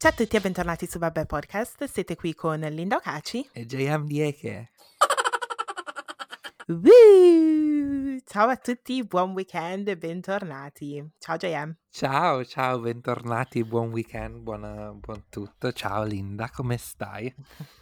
Ciao a tutti e bentornati su Vabbè Podcast, siete qui con Linda Ocaci. E JM Dieke. Ciao a tutti, buon weekend e bentornati. Ciao JM. Ciao, bentornati, buon weekend, buon tutto. Ciao Linda, come stai?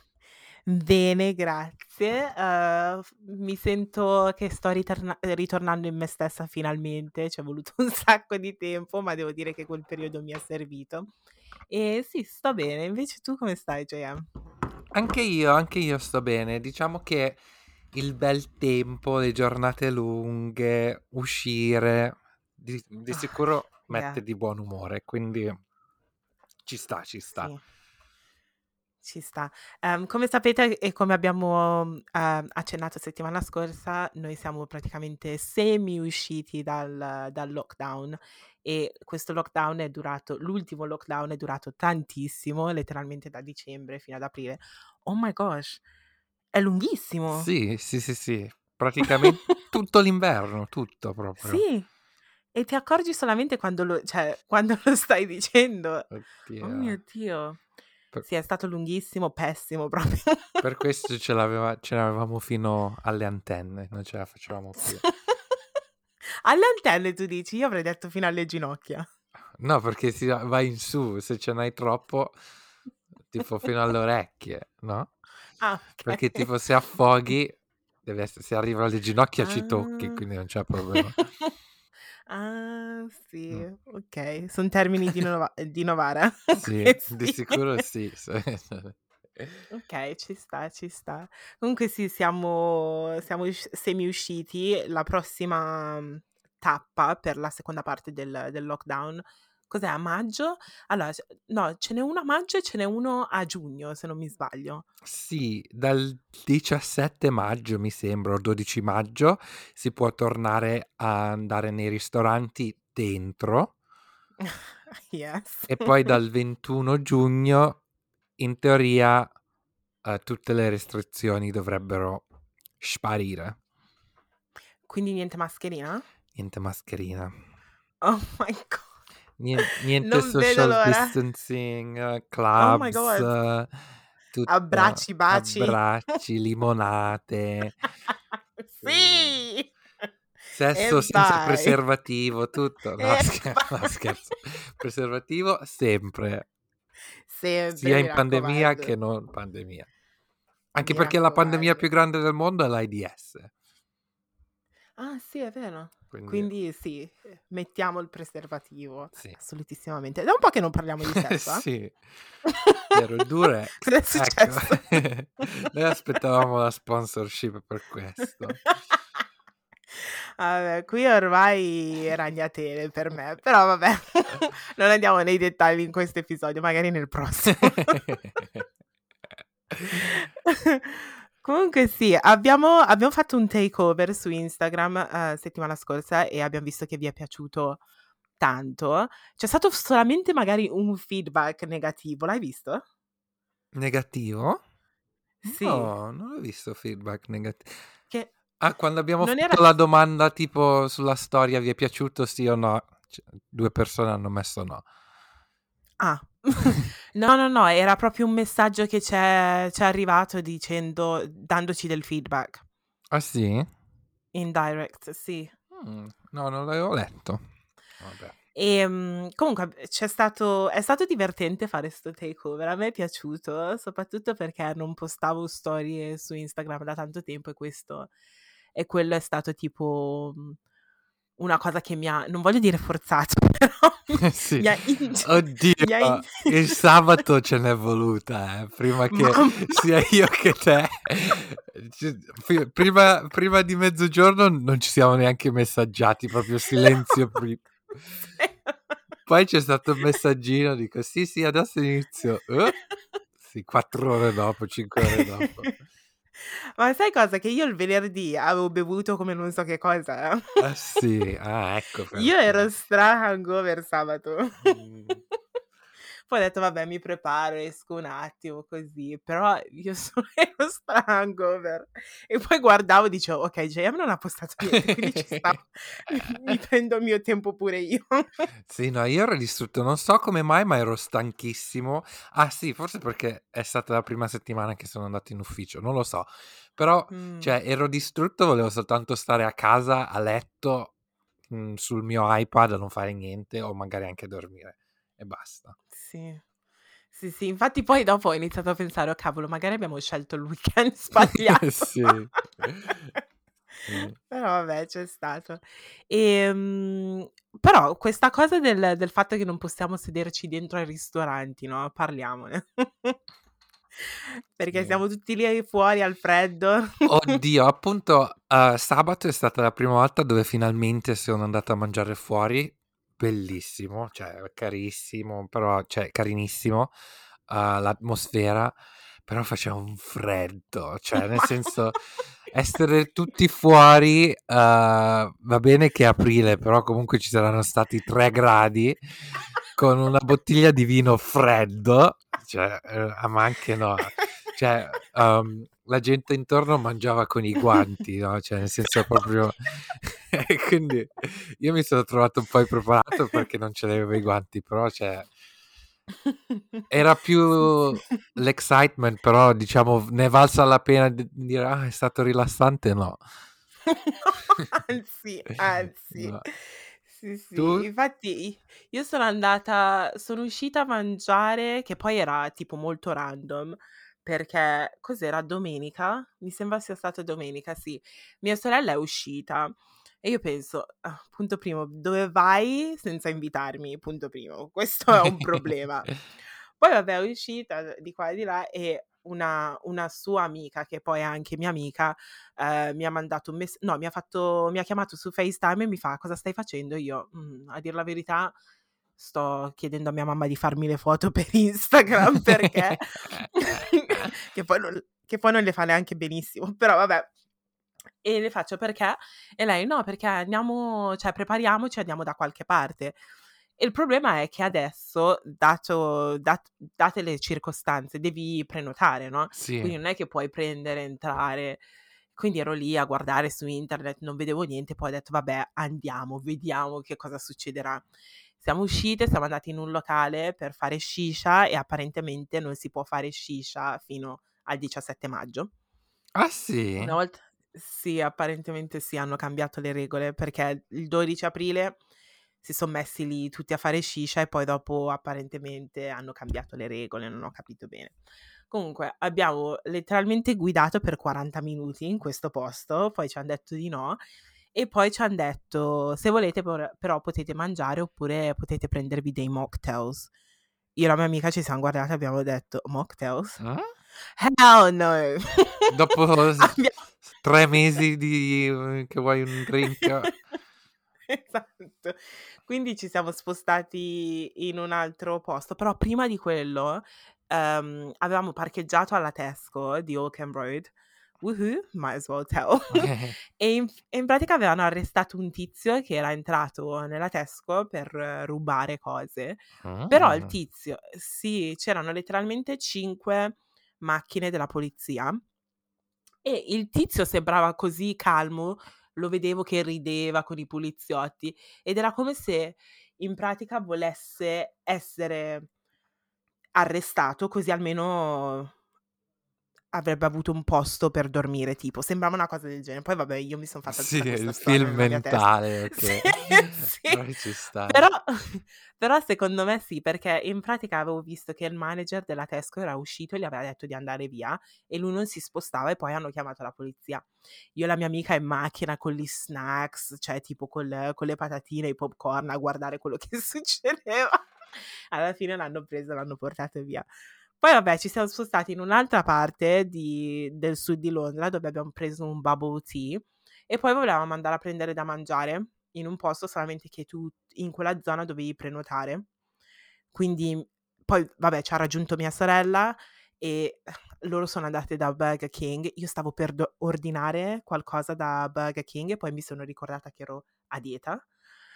Bene, grazie. Mi sento che sto ritornando in me stessa finalmente, ci è voluto un sacco di tempo, ma devo dire che quel periodo mi è servito. E sì, sto bene. Invece tu come stai, JM? Anche io sto bene. Diciamo che il bel tempo, le giornate lunghe, uscire, di sicuro Yeah, mette di buon umore, quindi ci sta. sì. Ci sta. Come sapete e come abbiamo, accennato settimana scorsa, noi siamo praticamente semi usciti dal lockdown e questo lockdown è durato l'ultimo lockdown è durato tantissimo, letteralmente da dicembre fino ad aprile. Oh my gosh, è lunghissimo. Sì. Praticamente tutto l'inverno, tutto proprio. Sì, e ti accorgi solamente quando lo stai dicendo. Oh Oddio. mio Dio. Per, Sì, è stato lunghissimo, pessimo proprio. per questo ce l'avevamo fino alle antenne, non ce la facevamo più. Alle antenne tu dici? Io avrei detto fino alle ginocchia. No, perché si va in su, se ce n'hai troppo, tipo fino alle orecchie, no? Ah, Perché okay. tipo se affoghi, se arriva alle ginocchia ci tocchi, Ah. quindi non c'è problema. Ah, sì, Mm. okay. Son termini di Novara. Sì, di Questi. sicuro sì. Okay, ci sta, ci sta. Comunque sì, siamo semi usciti. La prossima, tappa per la seconda parte del lockdown, cos'è, a maggio? Allora no, ce n'è uno a maggio e ce n'è uno a giugno, se non mi sbaglio. Sì, dal 17 maggio mi sembra, o 12 maggio, si può tornare a andare nei ristoranti dentro. Yes. E poi dal 21 giugno, in teoria, tutte le restrizioni dovrebbero sparire. Quindi niente mascherina? Niente mascherina, Oh my god. niente Non vedo social l'ora. distancing, Oh my clubs, god. tutto Abbracci, baci. abbracci, limonate, ehm, Sì! E sesso senza vai. preservativo, tutto. No, E no vai. scherzo. Preservativo sempre, sia Sempre, mi in pandemia raccomando. che non pandemia. Anche Mi perché la pandemia più raccomando. grande del mondo è l'AIDS, Ah sì, è vero. quindi Quindi sì, mettiamo il preservativo, sì. assolutissimamente. È da un po' che non parliamo di sesso, eh? Sì, vero, il Durex, Cosa è ecco, successo? noi aspettavamo la sponsorship per questo. Vabbè, qui ormai ragnatele per me, però vabbè, non andiamo nei dettagli in questo episodio, magari nel prossimo. Comunque sì, abbiamo fatto un takeover su Instagram, settimana scorsa e abbiam visto che vi è piaciuto tanto. C'è stato solamente magari un feedback negativo, l'hai visto? Negativo? Sì, No, non ho visto feedback negativo. che Ah, quando abbiamo non era fatto la domanda tipo sulla storia, vi è piaciuto sì o no? 2 persone hanno messo no. ah. No, era proprio un messaggio che c'è arrivato dandoci del feedback Ah sì? in direct, sì. No, non l'avevo letto. Vabbè. Comunque è stato divertente fare 'sto takeover. A me è piaciuto, soprattutto perché non postavo storie su Instagram da tanto tempo e quello è stato tipo, una cosa che mi ha non voglio dire forzato, però Sì. mi ha inc mi ha in Oddio, il sabato ce n'è voluta, prima che mamma sia io che te. Prima di mezzogiorno non ci siamo neanche messaggiati, proprio silenzio. Sì. Poi c'è stato un messaggino, dico sì, adesso inizio. Sì, 4 ore dopo, 5 ore dopo. Ma sai cosa? Che io il venerdì avevo bevuto come non so che cosa. Ah sì, ecco Io ero perché. stra hangover sabato. Mm. Poi ho detto: "Vabbè, mi preparo, esco un attimo così", però io ero stra-hangover e poi guardavo e dicevo: "Okay, JM non ha postato niente, quindi ci sta, mi prendo il mio tempo pure io". Sì, no, io ero distrutto, non so come mai, ma ero stanchissimo. Ah sì, forse perché è stata la prima settimana che sono andato in ufficio, non lo so. Però, Mh, cioè, ero distrutto, volevo soltanto stare a casa, a letto, sul mio iPad a non fare niente o magari anche dormire e basta. sì. Sì, sì, infatti poi dopo ho iniziato a pensare: "Oh cavolo, magari abbiamo scelto il weekend sbagliato". Sì. Sì. Però vabbè, c'è stato. Ehm, Però questa cosa del fatto che non possiamo sederci dentro ai ristoranti, no, parliamone. Perché Sì. siamo tutti lì fuori al freddo. Oddio, appunto, sabato è stata la prima volta dove finalmente sono andato a mangiare fuori. Bellissimo, cioè carissimo, però cioè carinissimo, l'atmosfera, però faceva un freddo, cioè nel Mamma senso mia, essere sì. tutti fuori, va bene che è aprile, però comunque ci saranno stati 3 gradi con una bottiglia di vino freddo, cioè, ma anche no, cioè, la gente intorno mangiava con i guanti, no, cioè nel senso proprio e quindi io mi sono trovato un po' impreparato perché non ce l'avevo i guanti, però cioè era Sì, più sì. l'excitement, però diciamo ne è valsa la pena di dire: "Ah, è stato rilassante", no. Anzi, anzi. No. Sì, sì. Tu? Infatti io sono uscita a mangiare, che poi era tipo molto random, perché cos'era, domenica? Mi sembra sia stata domenica, sì. Mia sorella è uscita e io penso: "Ah, punto primo, dove vai senza invitarmi? Punto primo, questo è un problema". Poi vabbè è uscita di qua e di là e una sua amica, che poi è anche mia amica, mi ha mandato un no, mi ha chiamato su FaceTime e mi fa: "Cosa stai facendo?" Io: a dir la verità sto chiedendo a mia mamma di farmi le foto per Instagram perché" che poi non le fa neanche benissimo, però vabbè. E le faccio: "Perché?" E lei: "No, perché andiamo cioè prepariamoci, andiamo da qualche parte". E il problema è che adesso, date le circostanze, devi prenotare, no, Sì. quindi non è che puoi prendere, entrare. Quindi ero lì a guardare su internet, non vedevo niente, poi ho detto: "Vabbè, andiamo, vediamo che cosa succederà". Siamo uscite, siamo andate in un locale per fare shisha e apparentemente non si può fare shisha fino al 17 maggio. Ah sì? Una volta sì, apparentemente sì, hanno cambiato le regole, perché il 12 aprile si son messi lì tutti a fare sciscia e poi dopo apparentemente hanno cambiato le regole, non ho capito bene. Comunque abbiamo letteralmente guidato per 40 minuti in questo posto, poi c'han detto di no e poi c'han detto: "Se volete però potete mangiare oppure potete prendervi dei mocktails". Io e la mia amica ci siam guardate e abbiamo detto: "Mocktails? Ah? Hell no!" Dopo Abbia 3 mesi di che vuoi un drink? Esatto. Quindi ci siamo spostati in un altro posto, però prima di quello, avevamo parcheggiato alla Tesco di Oakham Road. Woohoo, might as well tell. E in pratica avevano arrestato un tizio che era entrato nella Tesco per rubare cose, però il Ah. tizio sì, c'erano letteralmente 5 macchine della polizia e il tizio sembrava così calmo, lo vedevo che rideva con i poliziotti ed era come se in pratica volesse essere arrestato, così almeno avrebbe avuto un posto per dormire, tipo, sembrava una cosa del genere. Poi vabbè, io mi son fatta Sì, tutta questa il storia film nella mia testa. mentale, okay. Sì, sì. Poi ci sta. Però però secondo me sì, perché in pratica avevo visto che il manager della Tesco era uscito e gli aveva detto di andare via e lui non si spostava e poi hanno chiamato la polizia. Io e la mia amica in macchina con gli snacks, cioè tipo con le patatine, i popcorn a guardare quello che succedeva. Alla fine l'hanno preso e l'hanno portato via. Poi vabbè, ci siamo spostati in un'altra parte del sud di Londra, dove abbiam preso un bubble tea e poi volevamo andare a prendere da mangiare in un posto, solamente che tu in quella zona dovevi prenotare. Quindi poi vabbè, c'ha raggiunto mia sorella e loro sono andate da Burger King. Io stavo per ordinare qualcosa da Burger King e poi mi sono ricordata che ero a dieta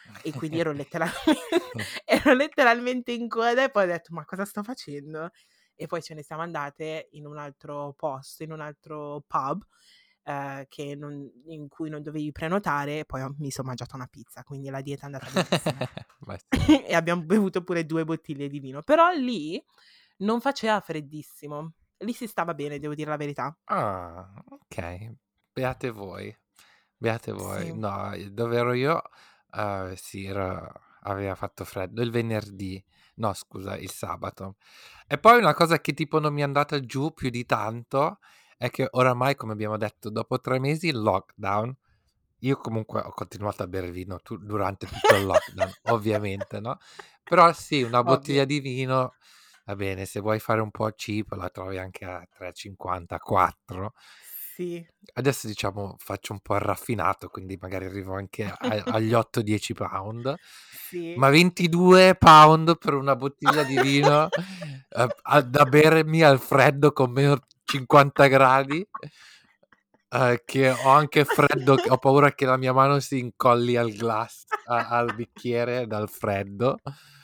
e quindi ero ero letteralmente in coda e poi ho detto: "Ma cosa sto facendo?" E poi ce ne siamo andate in un altro posto, in un altro pub, che non in cui non dovevi prenotare e poi mi son mangiata una pizza, quindi la dieta è andata benissimo. Ma sì. E abbiam bevuto pure 2 bottiglie di vino, però lì non faceva freddissimo. Lì si stava bene, devo dire la verità. Ah, okay. Beate voi, beate voi. Sì. No, dove ero io, sì, aveva fatto freddo il venerdì, no scusa, il sabato. E poi una cosa che tipo non mi è andata giù più di tanto è che oramai, come abbiamo detto, dopo 3 mesi il lockdown, io comunque ho continuato a bere vino durante tutto il lockdown, ovviamente, no, però sì, una bottiglia Ovvio. di vino va bene, se vuoi fare un po' cheap la trovi anche a 3,50, 4. Sì. Adesso diciamo faccio un po' il raffinato, quindi magari arrivo anche agli 8, 10 pound, Sì. ma 22 pound per una bottiglia di vino, da bermi al freddo con meno 50 gradi, che ho anche freddo, che ho paura che la mia mano si incolli al al bicchiere dal freddo.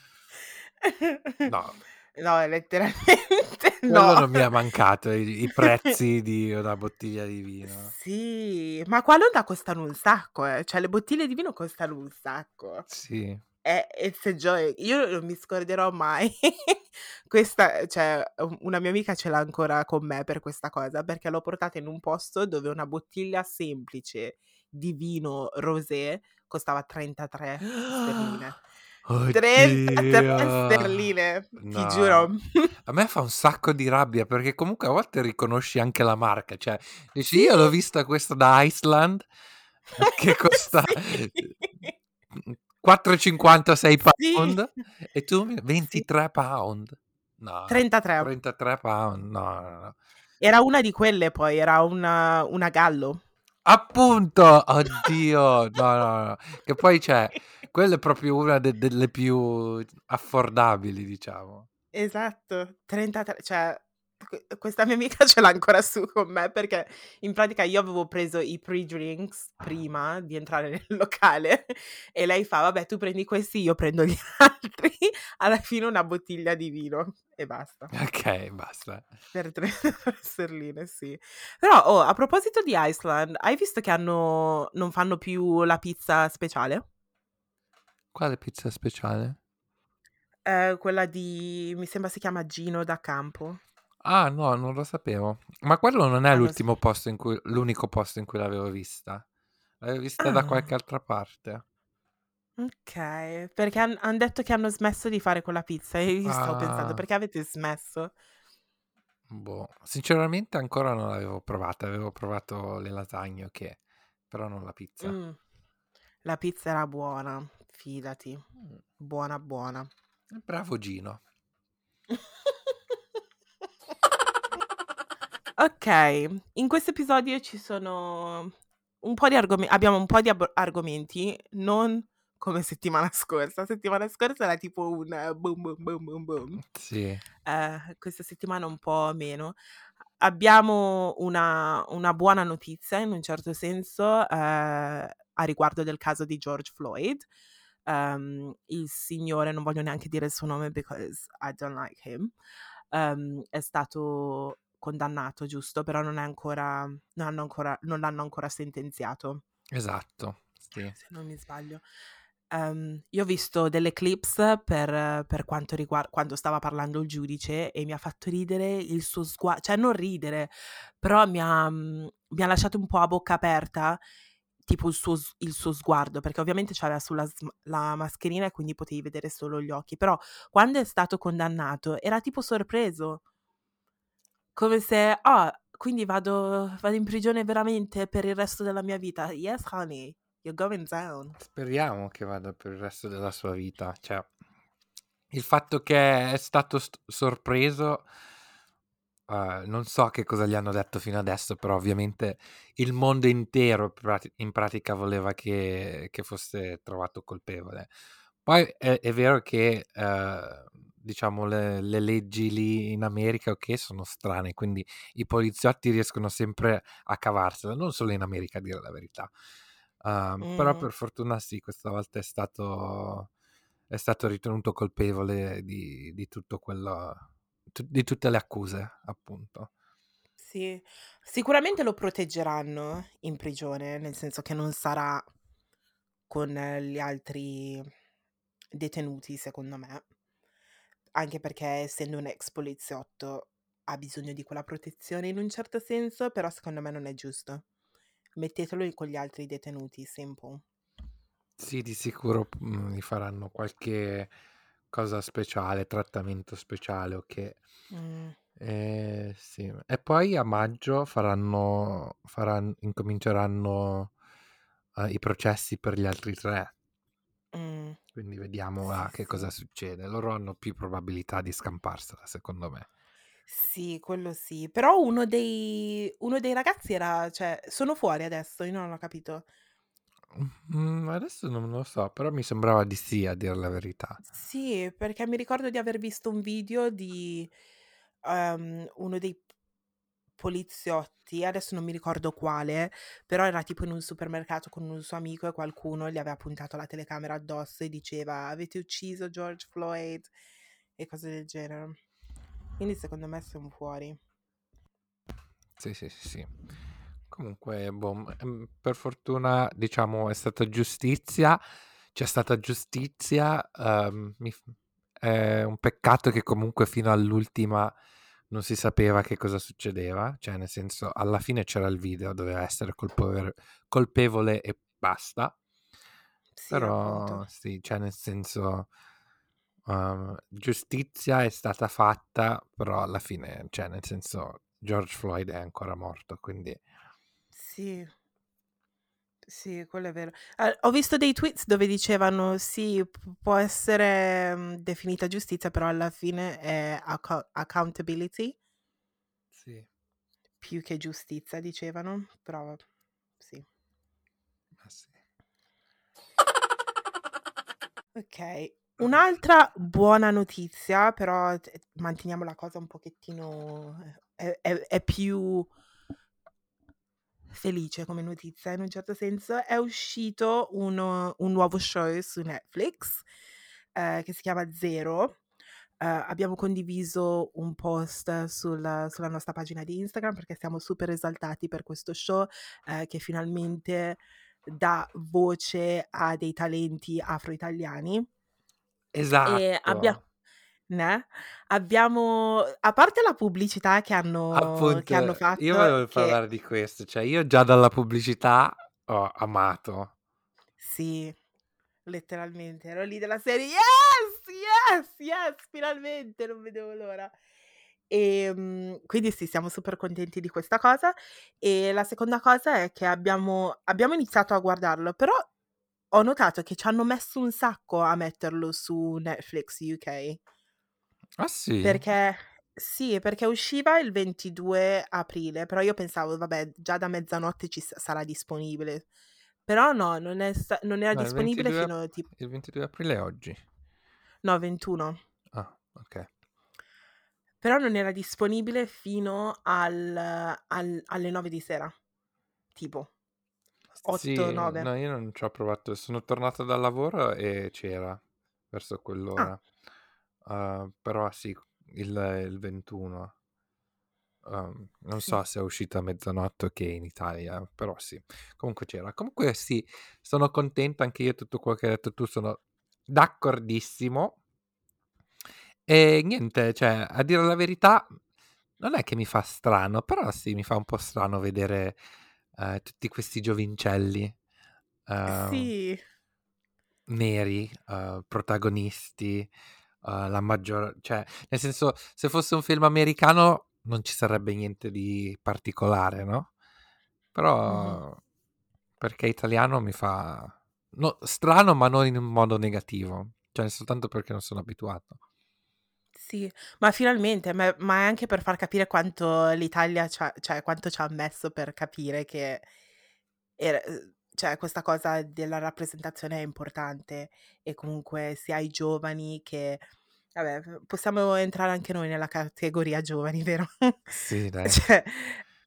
No, No, letteralmente quello no. non mi è mancato, i prezzi di una bottiglia di vino. Sì, ma qua Londra costano un sacco, cioè le bottiglie di vino costano un sacco. Sì. It's a joy. Io non mi scorderò mai questa cioè, una mia amica ce l'ha ancora con me per questa cosa, perché l'ho portata in un posto dove una bottiglia semplice di vino rosé costava 33 sterline. 33 Oddio! sterline, ti giuro. No. A me fa un sacco di rabbia perché comunque a volte riconosci anche la marca, cioè dici: Sì, "Io l'ho vista questa da Iceland che costa, sì, 4,50, 6 sì, pound e tu mi sì, 23 pound. No, 33. 33 pound, no, no, no. Era una di quelle poi, era una gallo. Appunto! Oddio! No, no, no. Che poi cioè, quella è proprio una delle più affordabili, diciamo. Esatto, 33 cioè questa mia amica ce l'ha ancora su con me perché in pratica io avevo preso i pre-drinks prima di entrare nel locale e lei fa: "Vabbè tu prendi questi, io prendo gli altri." Alla fine una bottiglia di vino e basta. Okay, basta. Per 3 sterline, sì. Però, oh, a proposito di Iceland, hai visto che non fanno più la pizza speciale? Quale pizza speciale? Quella di mi sembra si chiama Gino da Campo. Ah no, non lo sapevo. Ma quello non è Hanno s l'unico posto in cui l'avevo vista. L'avevo vista da ah, qualche altra parte. okay, perché han detto che hanno smesso di fare quella pizza e io stavo pensando: Ah, "Perché avete smesso?" boh, sinceramente ancora non l'avevo provata. Avevo provato le lasagne, okay, però non la pizza. Mh, la pizza era buona, fidati. Mh, Buona, buona. bravo Gino. Okay, in questo episodio ci sono un po' di abbiamo un po' di argomenti, non come settimana scorsa. Settimana scorsa era tipo un boom, boom, boom, boom, boom. Sì, Questa settimana un po' meno. Abbiamo una buona notizia in un certo senso, a riguardo del caso di George Floyd. Il signore, non voglio neanche dire il suo nome because I don't like him, è stato condannato, giusto? Però non l'hanno ancora sentenziato, esatto, sì. se non mi sbaglio. Io ho visto delle clips per quanto quando stava parlando il giudice e mi ha fatto ridere il suo cioè non ridere, però mi ha lasciato un po' a bocca aperta, tipo il suo sguardo, perché ovviamente c'aveva sulla la mascherina e quindi potevi vedere solo gli occhi, però quando è stato condannato era tipo sorpreso, come se: "Ah, quindi vado in prigione veramente per il resto della mia vita?" "Yes honey, you're going down." Speriamo che vada per il resto della sua vita. Cioè, il fatto che è stato sorpreso, non so che cosa gli hanno detto fino adesso, però ovviamente il mondo intero in pratica voleva che fosse trovato colpevole. Poi è vero che, diciamo le leggi lì in America, okay, sono strane, quindi i poliziotti riescono sempre a cavarsela, non solo in America a dire la verità. Però Mh, per fortuna sì, questa volta è stato ritenuto colpevole di tutto quello, di tutte le accuse, appunto. sì. Sicuramente lo proteggeranno in prigione, nel senso che non sarà con gli altri detenuti, secondo me. Anche perché essendo un ex poliziotto ha bisogno di quella protezione in un certo senso, però secondo me non è giusto. Mettetelo con gli altri detenuti, simple. Sì, di sicuro gli faranno qualche cosa speciale, trattamento speciale, ok. Mh, Sì. E poi a maggio incominceranno i processi per gli altri tre. mh. Quindi vediamo Sì, che sì. cosa succede. Loro hanno più probabilità di scamparsela, secondo me. Sì, quello sì. Però uno dei ragazzi era cioè, sono fuori adesso? Io non ho capito. Adesso non lo so, però mi sembrava di sì, a dire la verità. Sì, perché mi ricordo di aver visto un video di, uno dei p poliziotti, adesso non mi ricordo quale, però era tipo in un supermercato con un suo amico e qualcuno gli aveva puntato la telecamera addosso e diceva: "Avete ucciso George Floyd", e cose del genere. Quindi secondo me son fuori. Sì, sì, sì, sì. Comunque, boh, per fortuna, diciamo, è stata giustizia. C'è stata giustizia. È un peccato che comunque fino all'ultima non si sapeva che cosa succedeva. Cioè, nel senso, alla fine c'era il video, doveva essere colpevole e basta. Sì, appunto. Però sì, cioè nel senso, giustizia è stata fatta, però alla fine, cioè nel senso, George Floyd è ancora morto, quindi Sì. Sì, quello è vero. Ho visto dei tweets dove dicevano: "Sì, può essere, definita giustizia, però alla fine è accountability sì, più che giustizia", dicevano, però sì. ma sì. Okay. Un'altra buona notizia, però manteniamo la cosa un pochettino è più felice come notizia in un certo senso. È uscito un nuovo show su Netflix, che si chiama Zero. Abbiamo condiviso un post sulla nostra pagina di Instagram perché siamo super esaltati per questo show, che finalmente dà voce a dei talenti afro-italiani e Esatto, né, abbiamo a parte la pubblicità che hanno appunto, io fatto volevo che parlare di questo, cioè io già dalla pubblicità ho amato. sì. Letteralmente, ero lì della serie: "Yes, yes, yes, finalmente!" Non vedevo l'ora. Quindi sì, siamo super contenti di questa cosa. E la seconda cosa è che abbiamo iniziato a guardarlo, però ho notato che c'hanno messo un sacco a metterlo su Netflix UK. Ah sì? Perché sì, perché usciva il 22 aprile, però io pensavo: "Vabbè, già da mezzanotte ci sarà disponibile." Però no, non era No, disponibile fino il 22 aprile è oggi. no, 21. Ah, ok. Però non era disponibile fino alle 9 di sera, tipo 8, Sì, 9. no, io non ci ho provato. Sono tornato dal lavoro e c'era verso Ah, quell'ora. Però sì, il 21. Non sì. so se è uscito a mezzanotte o che in Italia, però sì. Comunque c'era. Comunque sì, sono contento anche io, tutto quello che hai detto tu, sono d'accordissimo. E niente, cioè, a dire la verità, non è che mi fa strano, però sì, mi fa un po' strano vedere tutti questi giovincelli eh, Sì, neri, protagonisti, cioè, nel senso, se fosse un film americano non ci sarebbe niente di particolare, no? mh-mh. Però perché italiano mi fa strano, ma non in un modo negativo, cioè soltanto perché non sono abituato. Sì, ma finalmente, ma è anche per far capire quanto l'Italia cioè quanto ci ha messo per capire che cioè questa cosa della rappresentazione è importante e comunque sia ai giovani che vabbè, possiamo entrare anche noi nella categoria giovani, vero? Sì, dai. Cioè,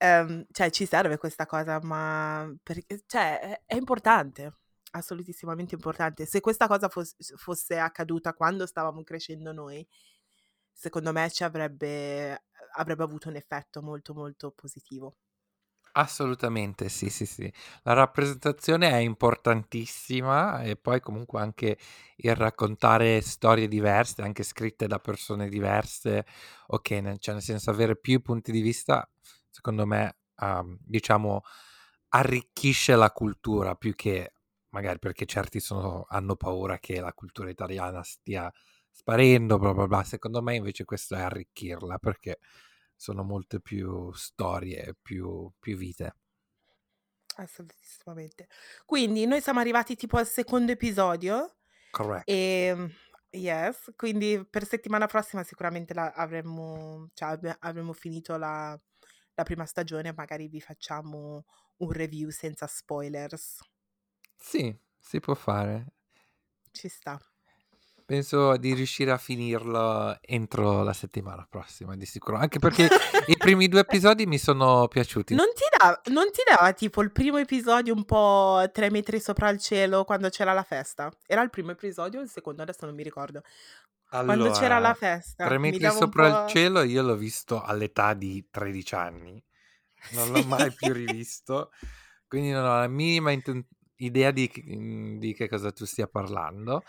cioè ci serve questa cosa, ma cioè è importante, assolutissimamente importante. Se questa cosa fosse accaduta quando stavamo crescendo noi, secondo me avrebbe avuto un effetto molto, molto positivo. Assolutamente, sì, sì, sì. La rappresentazione è importantissima e poi comunque anche il raccontare storie diverse, anche scritte da persone diverse, ok, cioè nel senso avere più punti di vista, secondo me, diciamo, arricchisce la cultura più che magari perché certi hanno paura che la cultura italiana stia sparendo, bla bla bla. Secondo me invece questo è arricchirla perché sono molte più storie, più vite. Assolutissimamente. Quindi noi siamo arrivati tipo al secondo episodio. Correct. Yes, quindi per settimana prossima sicuramente cioè avremo finito la prima stagione, magari vi facciamo un review senza spoilers. Sì, si può fare. Ci sta. Penso di riuscire a finirlo entro la settimana prossima, di sicuro. Anche perché i primi 2 episodi mi sono piaciuti. Non ti dava tipo il primo episodio un po' 3 metri sopra il cielo quando c'era la festa? Era il primo episodio o il secondo? Adesso non mi ricordo. Quando c'era la Allora, festa 3 mi metri dava un sopra il po'. cielo io l'ho visto all'età di 13 anni. Non l'ho Sì. mai più rivisto, quindi non ho la minima idea di che cosa tu stia parlando.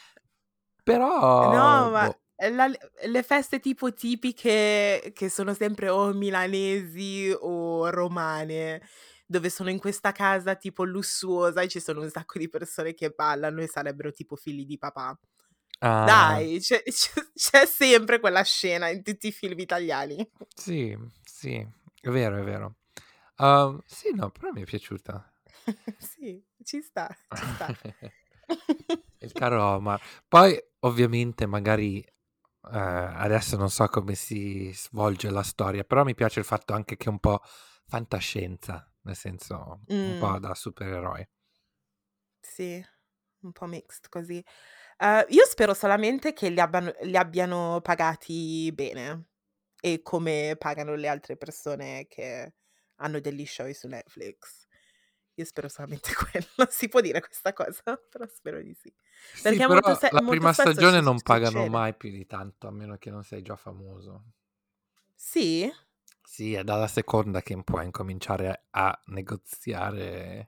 Però, No, ma boh. le feste tipo tipiche che sono sempre o milanesi o romane, dove sono in questa casa tipo lussuosa e ci sono un sacco di persone che ballano e sarebbero tipo figli di papà. Ah, Dai, c'è sempre quella scena in tutti i film italiani. sì, sì, è vero, è vero. Sì, no, però mi è piaciuta. Sì, ci sta, ci sta. Il caro Omar. Poi, ovviamente, magari adesso non so come si svolge la storia, però mi piace il fatto anche che è un po' fantascienza, nel senso un Mh. po' da supereroi. Sì, un po' mixed così. Io spero solamente che li abbiano pagati bene e come pagano le altre persone che hanno degli show su Netflix. Io spero solamente quello. Si può dire questa cosa? Però spero di sì. Sì, Perché però la molto prima spesso stagione non pagano succede. mai più di tanto, a meno che non sei già famoso. Sì? Sì, è dalla seconda che puoi incominciare a negoziare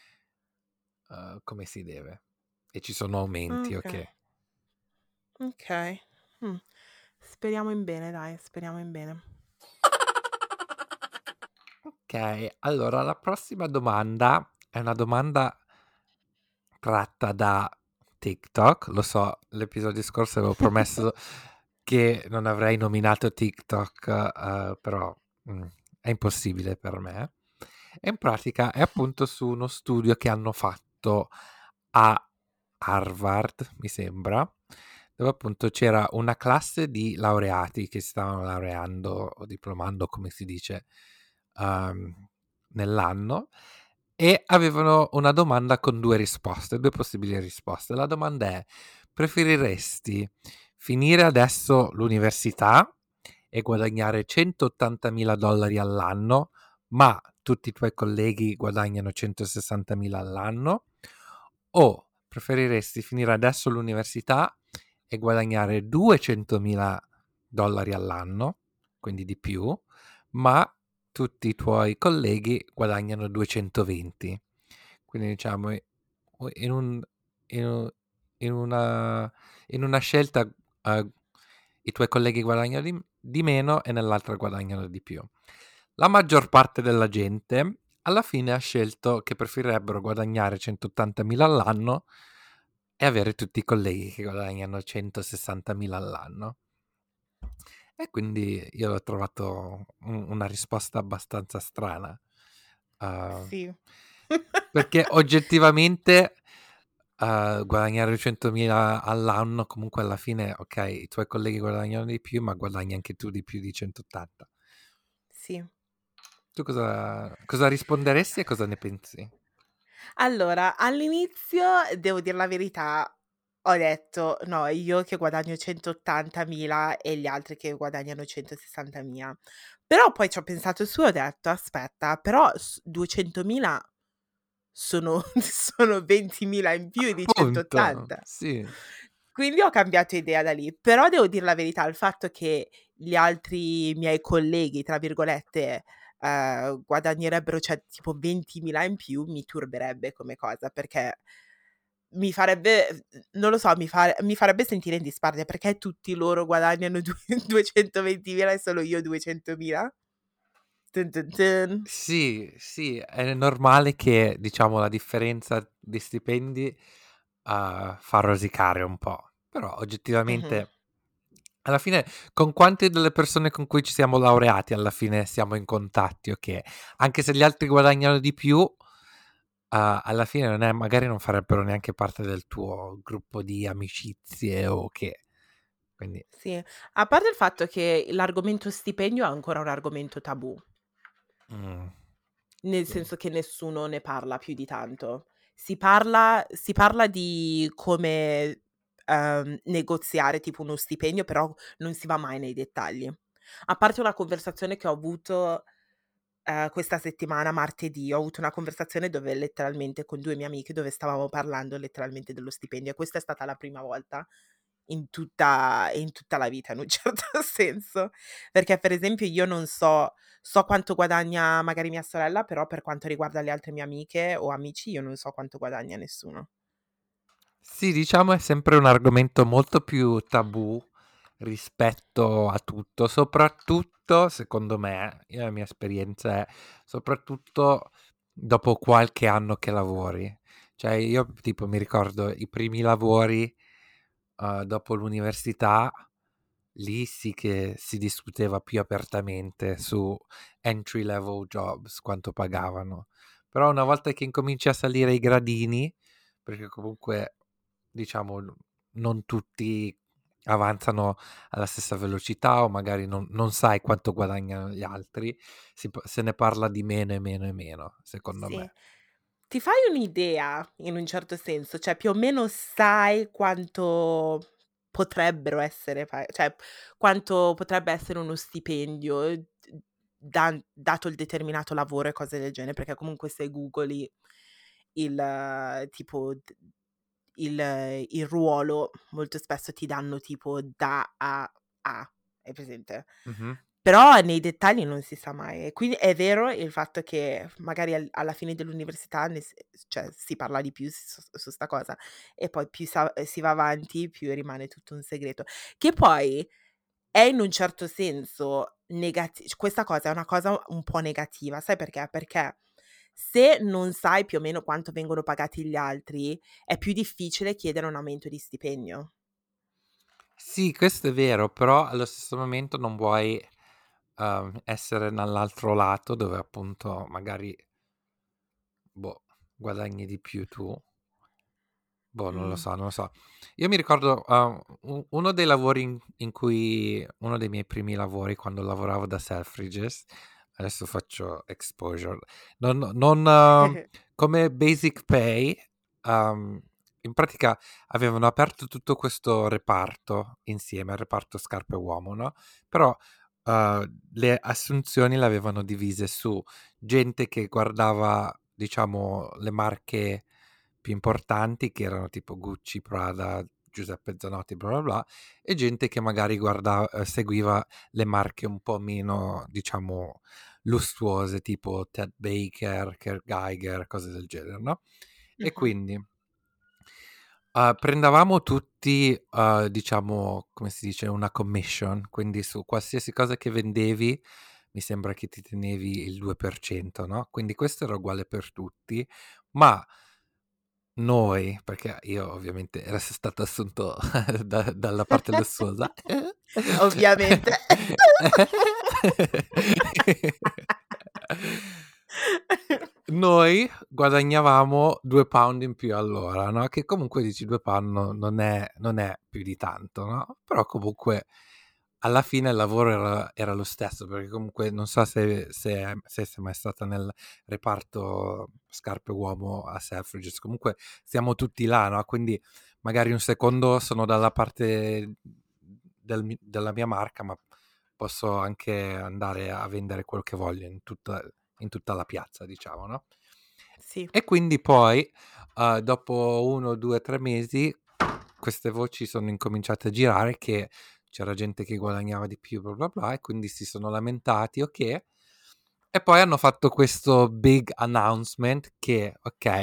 come si deve. E ci sono aumenti, Okay, ok? okay. Mh. Speriamo in bene dai, speriamo in bene. Ok, allora la prossima domanda è una domanda tratta da TikTok. Lo so, l'episodio scorso avevo promesso che non avrei nominato TikTok, però è impossibile per me. E in pratica è appunto su uno studio che hanno fatto a Harvard, mi sembra, dove appunto c'era una classe di laureati che stavano laureando o diplomando, come si dice, ehm, nell'anno e avevano una domanda con due possibili risposte. La domanda è: preferiresti finire adesso l'università e guadagnare $180.000 all'anno, ma tutti i tuoi colleghi guadagnano $160.000 all'anno? O preferiresti finire adesso l'università e guadagnare $200.000 all'anno, quindi di più, ma tutti i tuoi colleghi guadagnano 220? Quindi diciamo in un in u in una scelta, i tuoi colleghi guadagnano di meno e nell'altra guadagnano di più. La maggior parte della gente alla fine ha scelto che preferirebbero guadagnare 180.000 all'anno e avere tutti i colleghi che guadagnano 160.000 all'anno. E quindi io l'ho trovato una risposta abbastanza strana. Uh, Sì. perché oggettivamente guadagnare 100.000 all'anno comunque alla fine, ok, i tuoi colleghi guadagnano di più, ma guadagni anche tu di più di 180. Sì. Tu cosa risponderesti e cosa ne pensi? Allora, all'inizio, devo dir la verità, ho detto: "No, io che guadagno 180.000 e gli altri che guadagnano 160.000". Però poi ci ho pensato su e ho detto: "Aspetta, però 200.000 sono sono 20.000 in più di Appunto, 180". sì. Quindi ho cambiato idea da lì. Però devo dir la verità, il fatto che gli altri miei "colleghi", tra virgolette, guadagnerebbero, cioè tipo 20.000 in più, mi turberebbe come cosa, perché mi farebbe non lo so, mi farebbe sentire in disparte. Perché tutti loro guadagnano 220.000 e solo io 200.000? Tun tun tun. Sì, sì, è normale che, diciamo, la differenza di stipendi, fa rosicare un po', però Mh-mh. oggettivamente alla fine con quante delle persone con cui ci siamo laureati alla fine siamo in contatti, okay, anche se gli altri guadagnano di più, alla fine non è magari non farebbero neanche parte del tuo gruppo di amicizie o che. Quindi Sì, a parte il fatto che l'argomento stipendio è ancora un argomento tabù. mh, Nel sì. senso che nessuno ne parla più di tanto. Si parla di come, negoziare tipo uno stipendio, però non si va mai nei dettagli. A parte una conversazione che ho avuto, questa settimana, martedì, ho avuto una conversazione dove letteralmente con 2 mie amiche, dove stavamo parlando letteralmente dello stipendio, e questa è stata la prima volta in tutta la vita, in un certo senso. Perché per esempio io non so quanto guadagna magari mia sorella, però per quanto riguarda le altre mie amiche o amici io non so quanto guadagna nessuno. Sì, diciamo è sempre un argomento molto più tabù rispetto a tutto, soprattutto secondo me, io la mia esperienza è soprattutto dopo qualche anno che lavori. Cioè io tipo mi ricordo i primi lavori, dopo l'università, lì sì che si discuteva più apertamente su entry level jobs, quanto pagavano. Però una volta che incominci a salire i gradini, perché comunque diciamo non tutti avanzano alla stessa velocità o magari non sai quanto guadagnano gli altri, se ne parla di meno e meno e meno, secondo Sì. me. Ti fai un'idea in un certo senso? Cioè più o meno sai quanto potrebbero essere cioè quanto potrebbe essere uno stipendio, dato il determinato lavoro e cose del genere, perché comunque se googli tipo il ruolo, molto spesso ti danno tipo da a, hai presente? Mh-mh. Però nei dettagli non si sa mai. E quindi è vero il fatto che magari alla fine dell'università cioè si parla di più su 'sta cosa, e poi più si va avanti, più rimane tutto un segreto. Che poi è in un certo senso questa cosa è una cosa un po' negativa, sai perché? Perché se non sai più o meno quanto vengono pagati gli altri, è più difficile chiedere un aumento di stipendio. Sì, questo è vero, però allo stesso momento non vuoi, essere dall'altro lato dove appunto magari, boh, guadagni di più tu. Boh, non lo Mh. so, non lo so. Io mi ricordo, uno dei lavori in cui uno dei miei primi lavori quando lavoravo da Selfridges, adesso faccio exposure, non come basic pay, uhm, in pratica avevano aperto tutto questo reparto insieme, il reparto scarpe uomo, no, però, le assunzioni le avevano divise su gente che guardava, diciamo, le marche più importanti che erano tipo Gucci, Prada, Giuseppe Zanotti, bla bla bla, e gente che magari seguiva le marche un po' meno, diciamo, lussuose, tipo Ted Baker, Kurt Geiger, cose del genere, no? E Mh-mh, quindi prendevamo tutti, diciamo, come si dice, una commission, quindi su qualsiasi cosa che vendevi mi sembra che ti tenevi il 2%, no? Quindi questo era uguale per tutti, ma noi, perché io ovviamente ero stato assunto dalla parte lussuosa. ovviamente. Noi guadagnavamo 2 pound in più all'ora, no, che comunque dici 2 pound non è più di tanto, no, però comunque alla fine il lavoro era lo stesso, perché comunque non so se sei mai stata nel reparto scarpe uomo a Selfridges, comunque siamo tutti là, no, quindi magari un secondo sono dalla parte della mia marca, ma posso anche andare a vendere quello che voglio in tutta la piazza, diciamo, no? Sì. E quindi poi, dopo 1, 2, 3 mesi, queste voci sono incominciate a girare che c'era gente che guadagnava di più, bla bla bla, e quindi si sono lamentati, ok. E poi hanno fatto questo big announcement che, ok,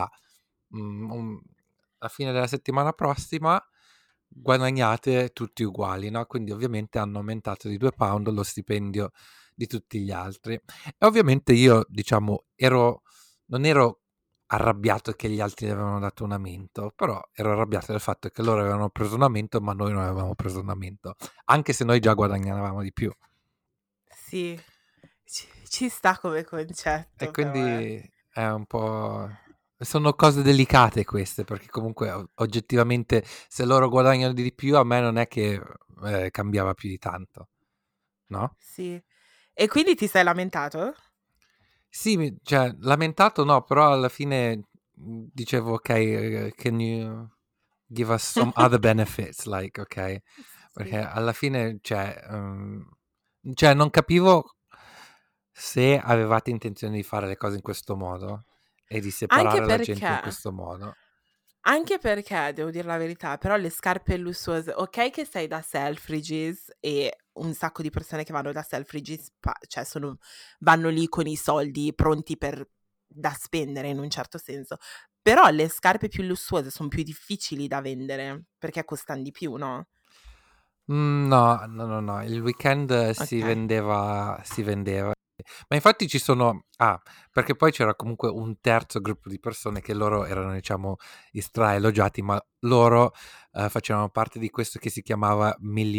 alla fine della settimana prossima guadagnate tutti uguali, no? Quindi ovviamente hanno aumentato di 2 pound lo stipendio di tutti gli altri. E ovviamente io, diciamo, non ero arrabbiato che gli altri avevano dato un aumento, però ero arrabbiato del fatto che loro avevano preso un aumento ma noi non avevamo preso un aumento, anche se noi già guadagnavamo di più. Sì, ci sta come E concetto però, quindi è un po'... Sono cose delicate queste, perché comunque oggettivamente se loro guadagnano di più a me non è che cambiava più di tanto, no? Sì. E quindi ti sei lamentato? Sì, cioè, lamentato no, però alla fine dicevo, ok, can you give us some other benefits, like, ok? Perché Sì. alla fine, cioè, non capivo se avevate intenzione di fare le cose in questo modo e di Anche separare la gente in perché questo modo. Anche perché, devo dir la verità, però le scarpe lussuose okay che sei da Selfridges e un sacco di persone che vanno da Selfridges cioè vanno lì con i soldi pronti da spendere in un certo senso, però le scarpe più lussuose son più difficili da vendere, perché costan di più, no? No, no, no, no, il weekend Okay. si vendeva. Ma infatti perché poi c'era comunque un terzo gruppo di persone che loro erano, diciamo, i stra-elogiati, ma loro facevano parte di questo che si chiamava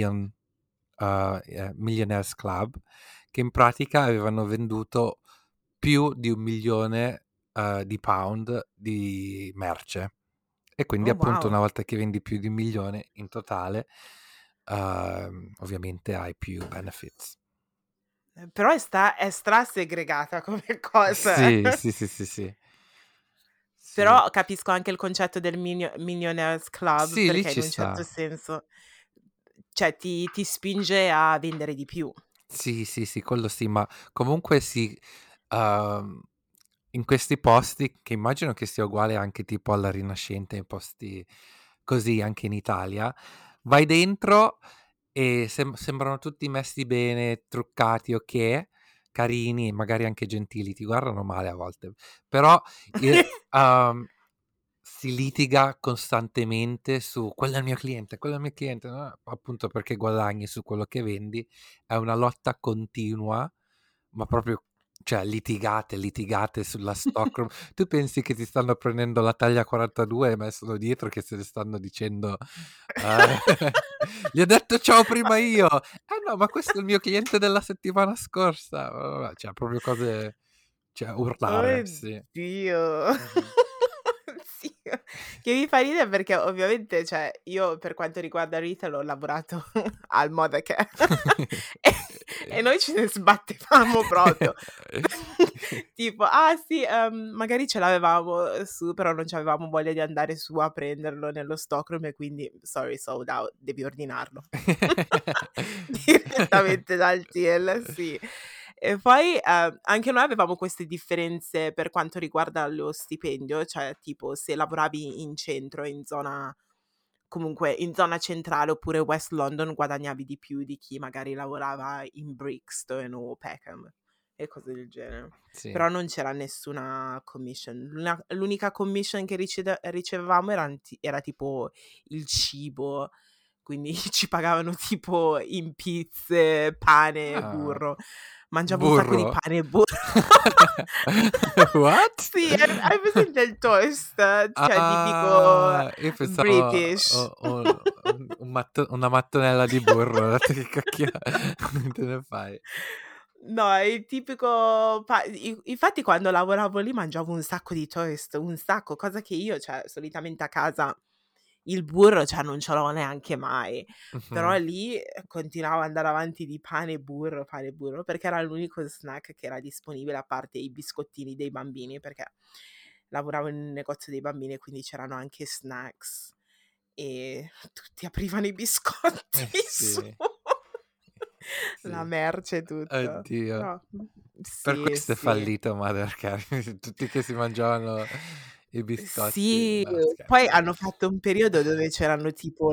Millionaires Club, che in pratica avevano venduto più di 1 milione di pound di merce. E quindi Oh appunto wow. una volta che vendi più di 1 milione in totale, ovviamente hai più benefits. Però è stra-segregata come cosa. Sì, sì, sì, sì, sì. Sì, Però capisco anche il concetto del Millionaires Club, sì, lì perché in ci un certo sta. senso, cioè ti spinge a vendere di più. Sì, sì, sì, quello sì, ma comunque sì, uhm, in questi posti, che immagino che sia uguale anche tipo alla Rinascente, in posti così anche in Italia, vai dentro e sembrano tutti messi bene, truccati, okay, carini, magari anche gentili, ti guardano male a volte, però i uhm, si litiga costantemente su: "Quello è il mio cliente, quello è il mio cliente", no, appunto perché guadagni su quello che vendi. È una lotta continua, ma proprio cioè litigate, litigate sulla stockroom. Tu pensi che ti stanno prendendo la taglia 42, ma sono dietro che se ne stanno dicendo, ehm: "Gli ho detto ciao prima io". "Eh no, ma questo è il mio cliente della settimana scorsa". Cioè proprio cose cioè urlare, sì. Oddio. Mh-mh. Sì, che mi fa ridere perché ovviamente, cioè, io per quanto riguarda retail ho lavorato al Modacare e noi ce ne sbattevamo proprio. Tipo: "Ah sì, magari ce l'avevamo su, però non c'avevamo voglia di andare su a prenderlo nello stockroom e quindi sorry sold out, devi ordinarlo." Direttamente dal TLC. E poi, anche noi avevamo queste differenze per quanto riguarda lo stipendio, cioè tipo se lavoravi in centro, comunque in zona centrale oppure West London guadagnavi di più di chi magari lavorava in Brixton o Peckham e cose del genere. Sì. Però non c'era nessuna commission. L'unica commission che ricevevamo era tipo il cibo, quindi ci pagavano tipo in pizze, pane e Ah, burro. Mangiavo un sacco di burro? pane e burro. What? Sì, hai presente il toast? Cioè tipico Ah, io pensavo British. una mattonella di burro, ho detto che cacchio te ne fai? No, è il tipico infatti quando lavoravo lì mangiavo un sacco di toast, un sacco, cosa che io, cioè, solitamente a casa il burro, cioè, non ce l'ho neanche mai. Però Mh-mh. lì, continuavo ad andare avanti di pane e burro, perché era l'unico snack che era disponibile a parte i biscottini dei bambini, perché lavoravo in un negozio dei bambini e quindi c'erano anche snacks. e tutti aprivano i biscotti su sì, la sì. merce e tutto. Oddio. Però Per sì, questo è sì. fallito Mothercare, tutti che si mangiavano i biscotti. Sì, No, poi scherzo. hanno fatto un periodo dove c'erano tipo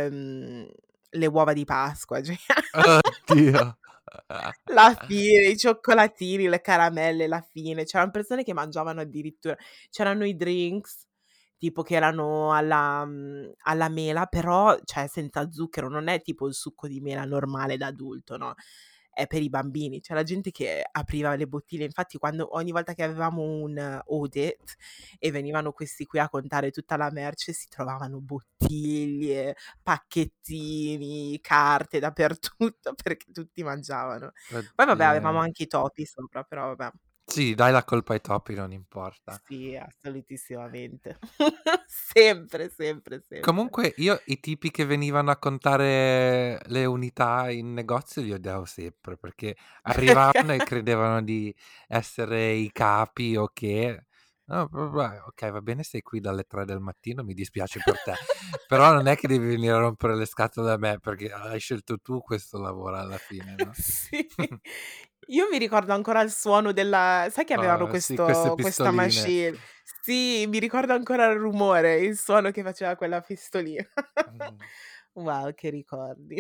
le uova di Pasqua, cioè Oddio. la fine, i cioccolatini, le caramelle, la fine. C'eran persone che mangiavano addirittura c'erano i drinks, tipo che erano alla mela, però cioè senza zucchero, non è tipo il succo di mela normale da adulto, no, è per i bambini. C'era gente che apriva le bottiglie, infatti quando ogni volta che avevamo un audit e venivano questi qui a contare tutta la merce, si trovavano bottiglie, pacchettini, carte dappertutto perché tutti mangiavano. Poi vabbè avevamo Oddio. anche i topi sopra, però vabbè. Sì, dai la colpa ai topi, non importa. Sì, assolutissimamente. Sempre, sempre, sempre. Comunque io i tipi che venivano a contare le unità in negozio li odiavo sempre, perché Perché? arrivavano e credevano di essere i capi o che... No, vabbè, ok, va bene, sei qui dalle 3 del mattino, mi dispiace per te, però non è che devi venire a rompere le scatole a me, perché hai scelto tu questo lavoro alla fine, no? Sì. Io mi ricordo ancora il suono della sai che avevano Sì, queste questa pistoline. machine? Sì, mi ricordo ancora il rumore, il suono che faceva quella pistolina. Mm, Wow, che ricordi.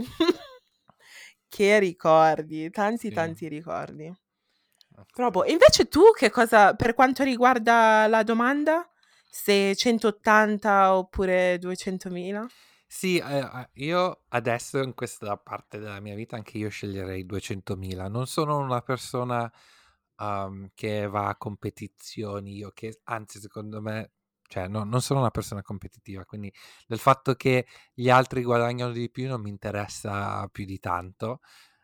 Che ricordi, tanti, sì, tanti ricordi. Però boh, sì. e invece tu che cosa per quanto riguarda la domanda, se 180 oppure 200.000? Sì, io adesso in questa parte della mia vita anche io sceglierei 200.000. Non sono una persona che va a competizioni o che, anzi, secondo me, cioè, non sono una persona competitiva, quindi del fatto che gli altri guadagnano di più non mi interessa più di tanto.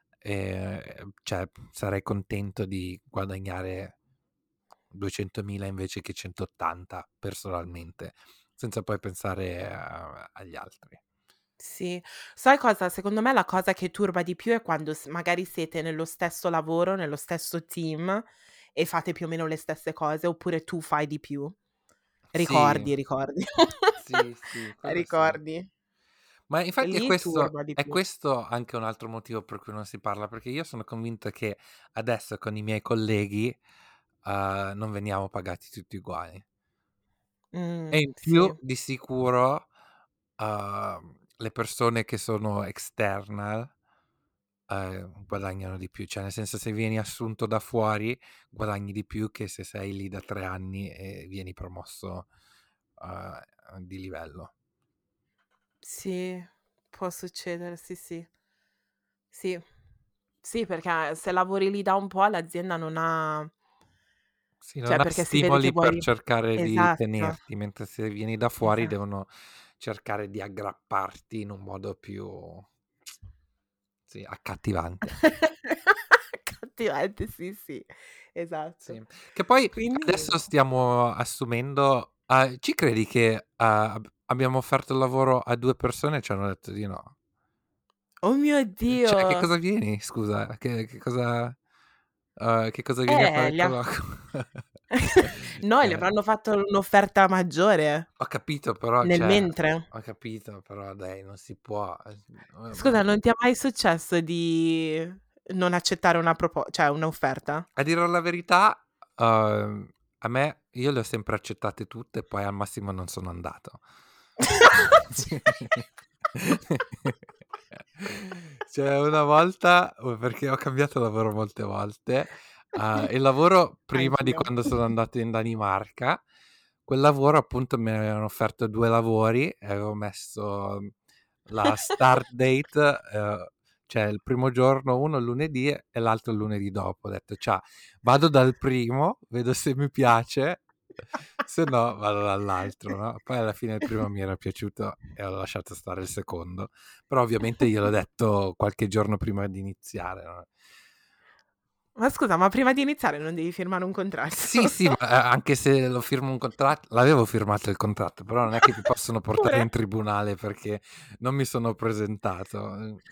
Cioè, sarei contento di guadagnare 200.000 invece che 180 personalmente, senza poi pensare agli altri. Sì. Sai cosa? Secondo me la cosa che turba di più è quando magari siete nello stesso lavoro, nello stesso team e fate più o meno le stesse cose, oppure tu fai di più. Sì, Ricordi, ricordi. sì, sì, quello sì. Ricordi? Ma infatti Lì turba di è più. questo anche un altro motivo per cui non si parla, perché io sono convinto che adesso con i miei colleghi non veniamo pagati tutti uguali. E in più Sì, di sicuro le persone che sono external guadagnano di più, cioè nel senso se vieni assunto da fuori guadagni di più che se sei lì da 3 anni e vieni promosso di livello. sì, può succedere, sì, sì. Sì. Sì, perché se lavori lì da un po' l'azienda non ha Sì, non cioè ha perché si vede che stimoli vuoi per cercare di esatto, tenerti, mentre se vieni da fuori esa devono cercare di aggrapparti in un modo più, sì, accattivante. accattivante, sì, sì, esatto. Sì. Che poi Quindi adesso stiamo assumendo, ci credi che abbiamo offerto il lavoro a 2 persone e ci hanno detto di no? oh mio Cioè, che Dio! cosa vieni, scusa? Che cosa vieni a fare il Gli ha colloquio? no, gli Cioè, avranno fatto un'offerta maggiore ho capito però, nel cioè, mentre. ho capito però dai, non si può, ma Scusa, non ti è mai successo di non accettare una cioè un'offerta? a dire la verità, a me io le ho sempre accettate tutte e poi al massimo non sono andato. Cioè una volta perché ho cambiato lavoro molte volte, il lavoro prima di Anch'io. quando sono andato in Danimarca, quel lavoro appunto mi avevano offerto 2 lavori e avevo messo la start date, cioè il primo giorno uno il lunedì e l'altro il lunedì dopo. Ho detto: "Ciao, vado dal primo, vedo se mi piace, se no vado dall'altro", no, poi alla fine il primo mi era piaciuto e ho lasciato stare il secondo, però ovviamente gliel'ho detto qualche giorno prima di iniziare, no. Ma scusa, ma prima di iniziare non devi firmare un contratto? Sì, sì, ma, anche se lo firmo un contratto l'avevo firmato il contratto, però non è che mi possono portare Pure? in tribunale perché non mi sono presentato.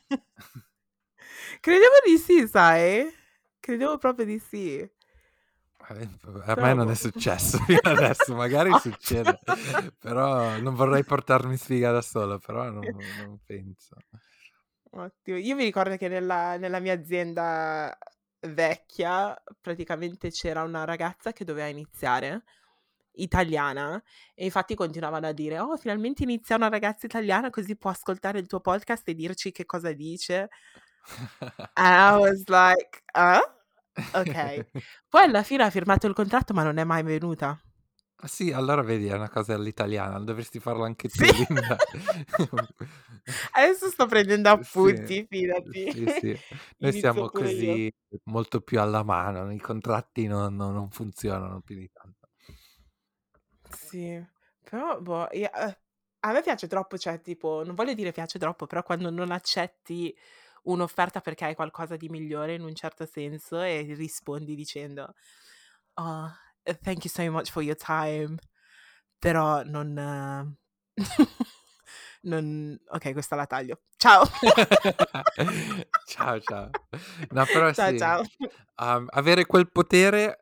Credevo di sì, sai? Credevo proprio di sì. A me Però non è boh. successo fino adesso, magari succede, però non vorrei portarmi sfiga da solo, però non penso. Ottimo. Io mi ricordo che nella mia azienda vecchia, praticamente c'era una ragazza che doveva iniziare, italiana, e infatti continuavano a dire: "Oh, finalmente inizia una ragazza italiana così può ascoltare il tuo podcast e dirci che cosa dice." And I was like: "Ah? Okay." Poi alla fine ha firmato il contratto, ma non è mai venuta. Ah sì, allora vedi è una cosa all'italiana, dovresti farlo anche Sì. tu Linda. Adesso sto prendendo Sì, appunti, fidati. sì, sì. Noi Inizio siamo pure io. così molto più alla mano, i contratti non funzionano più di tanto. Sì, però boh, a me piace troppo, cioè tipo, non voglio dire piace troppo, però quando non accetti un'offerta perché hai qualcosa di migliore in un certo senso e rispondi dicendo: "Oh, thank you so much for your time." Però non non okay, questa la taglio. Ciao. Ciao, ciao. No, però Ciao, sì, ciao. avere quel potere,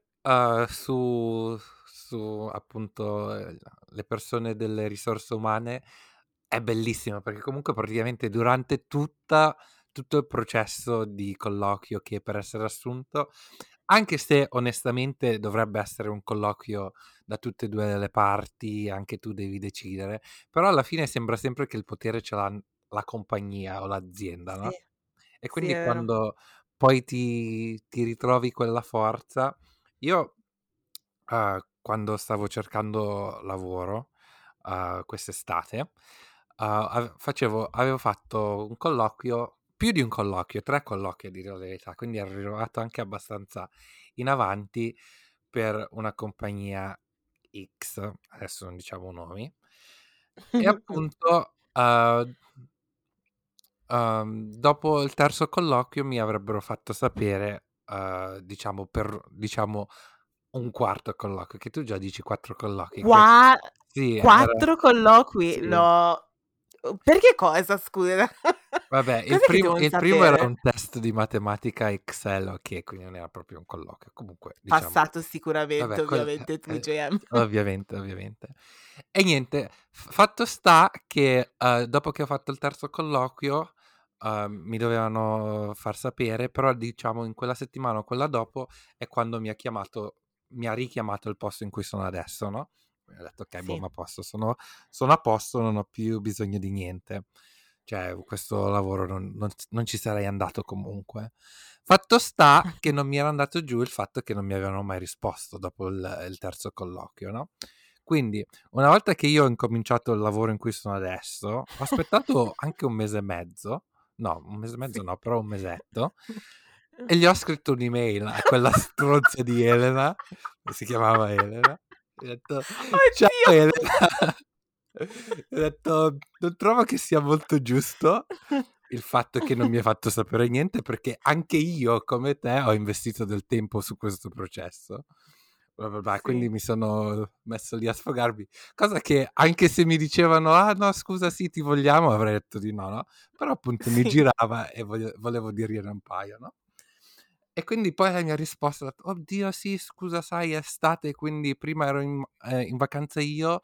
su appunto, le persone delle risorse umane è bellissimo, perché comunque praticamente durante tutto il processo di colloquio che per essere assunto, anche se onestamente dovrebbe essere un colloquio da tutte e 2 le parti, anche tu devi decidere, però alla fine sembra sempre che il potere ce l'ha la compagnia o l'azienda, Sì, no, e sì, è quindi vero. quando poi ti ritrovi quella forza io, quando stavo cercando lavoro, quest'estate, avevo fatto un colloquio più di un colloquio, 3 colloqui a dire la verità, quindi ero arrivato anche abbastanza in avanti per una compagnia X, adesso non diciamo nomi, e appunto, dopo il terzo colloquio mi avrebbero fatto sapere, diciamo diciamo un quarto colloquio, che tu già dici 4 colloqui, che Qua sì, era 4 colloqui? sì. No. Per che cosa scusa? Vabbè, Cos'è che devom il primo era sapere? un test di matematica Excel, okay, quindi non era proprio un colloquio. Comunque diciamo Passato sicuramente, vabbè ovviamente tu JM. ovviamente, ovviamente. E niente, fatto sta che, dopo che ho fatto il terzo colloquio, mi dovevano far sapere, però diciamo in quella settimana o quella dopo è quando mi ha richiamato il posto in cui sono adesso, no, e ho detto: "Okay, boh, Sì. ma a posto, sono a posto, non ho più bisogno di niente." Cioè, questo lavoro non ci sarei andato comunque. Fatto sta che non mi era andato giù il fatto che non mi avevano mai risposto dopo il terzo colloquio, no? Quindi, una volta che io ho incominciato il lavoro in cui sono adesso, ho aspettato anche un mese e mezzo, no, un mese e mezzo Sì. no, però un mesetto, e gli ho scritto un'email a quella stronza di Elena, si chiamava Elena, e ho detto, ciao Oddio. Elena, ho detto, non trovo che sia molto giusto il fatto che non mi hai fatto sapere niente, perché anche io, come te, ho investito del tempo su questo processo. Bla bla bla, quindi Sì. mi sono messo lì a sfogarmi, cosa che anche se mi dicevano: "Ah no scusa sì ti vogliamo", avrei detto di no, no, però appunto mi Sì. girava e volevo dirgliene un paio, no, e quindi poi lei mi ha risposto, ha detto: "Oddio sì scusa sai è estate quindi prima ero in vacanza io,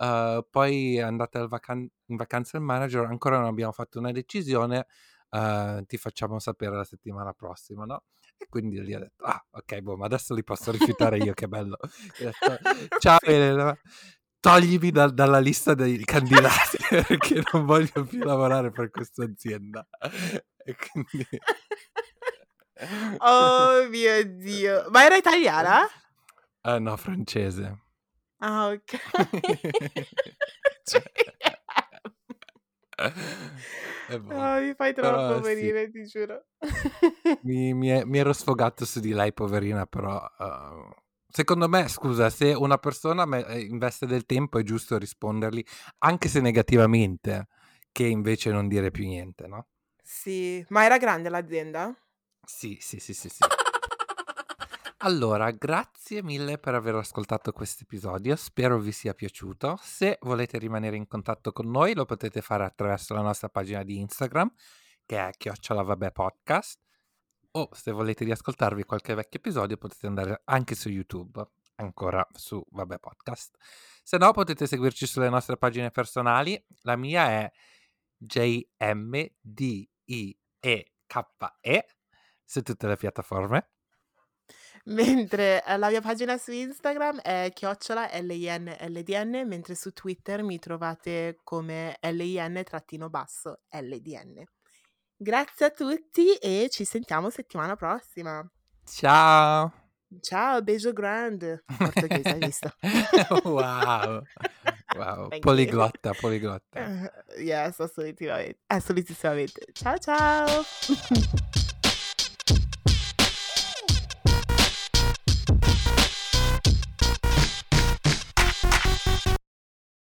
poi è andata in vacanza il manager, ancora non abbiamo fatto una decisione, ti facciamo sapere la settimana prossima", no, e quindi lì ho detto: "Ah okay, boh, ma adesso li posso rifiutare io, che bello." Gli ho detto: "Ciao Sì. Elena, toglimi dalla lista dei candidati perché non voglio più lavorare per questa azienda." E quindi Oh mio Dio. Ma era italiana? No, francese. Ah, okay. JM. E boh, No, mi fai troppo però sì, morire, ti giuro. mi ero sfogato su di lei poverina, però, secondo me scusa, se una persona investe del tempo è giusto rispondergli, anche se negativamente, che invece non dire più niente, no? Sì, ma era grande l'azienda? Sì, sì, sì, sì, sì. Allora, grazie mille per aver ascoltato questo episodio, spero vi sia piaciuto. Se volete rimanere in contatto con noi lo potete fare attraverso la nostra pagina di Instagram, che è @vabepodcast, o se volete riascoltarvi qualche vecchio episodio potete andare anche su YouTube, ancora su Vabbè Podcast. Se no potete seguirci sulle nostre pagine personali. La mia è JMDIEKE su tutte le piattaforme. Mentre la mia pagina su Instagram è @linldn, mentre su Twitter mi trovate come _LDN. Grazie a tutti e ci sentiamo settimana prossima. Ciao! Ciao, beijo grande. Portoghese, hai visto? Wow! Wow, Thank you. poliglotta, poliglotta. Yes, assolutissimamente. Ciao ciao.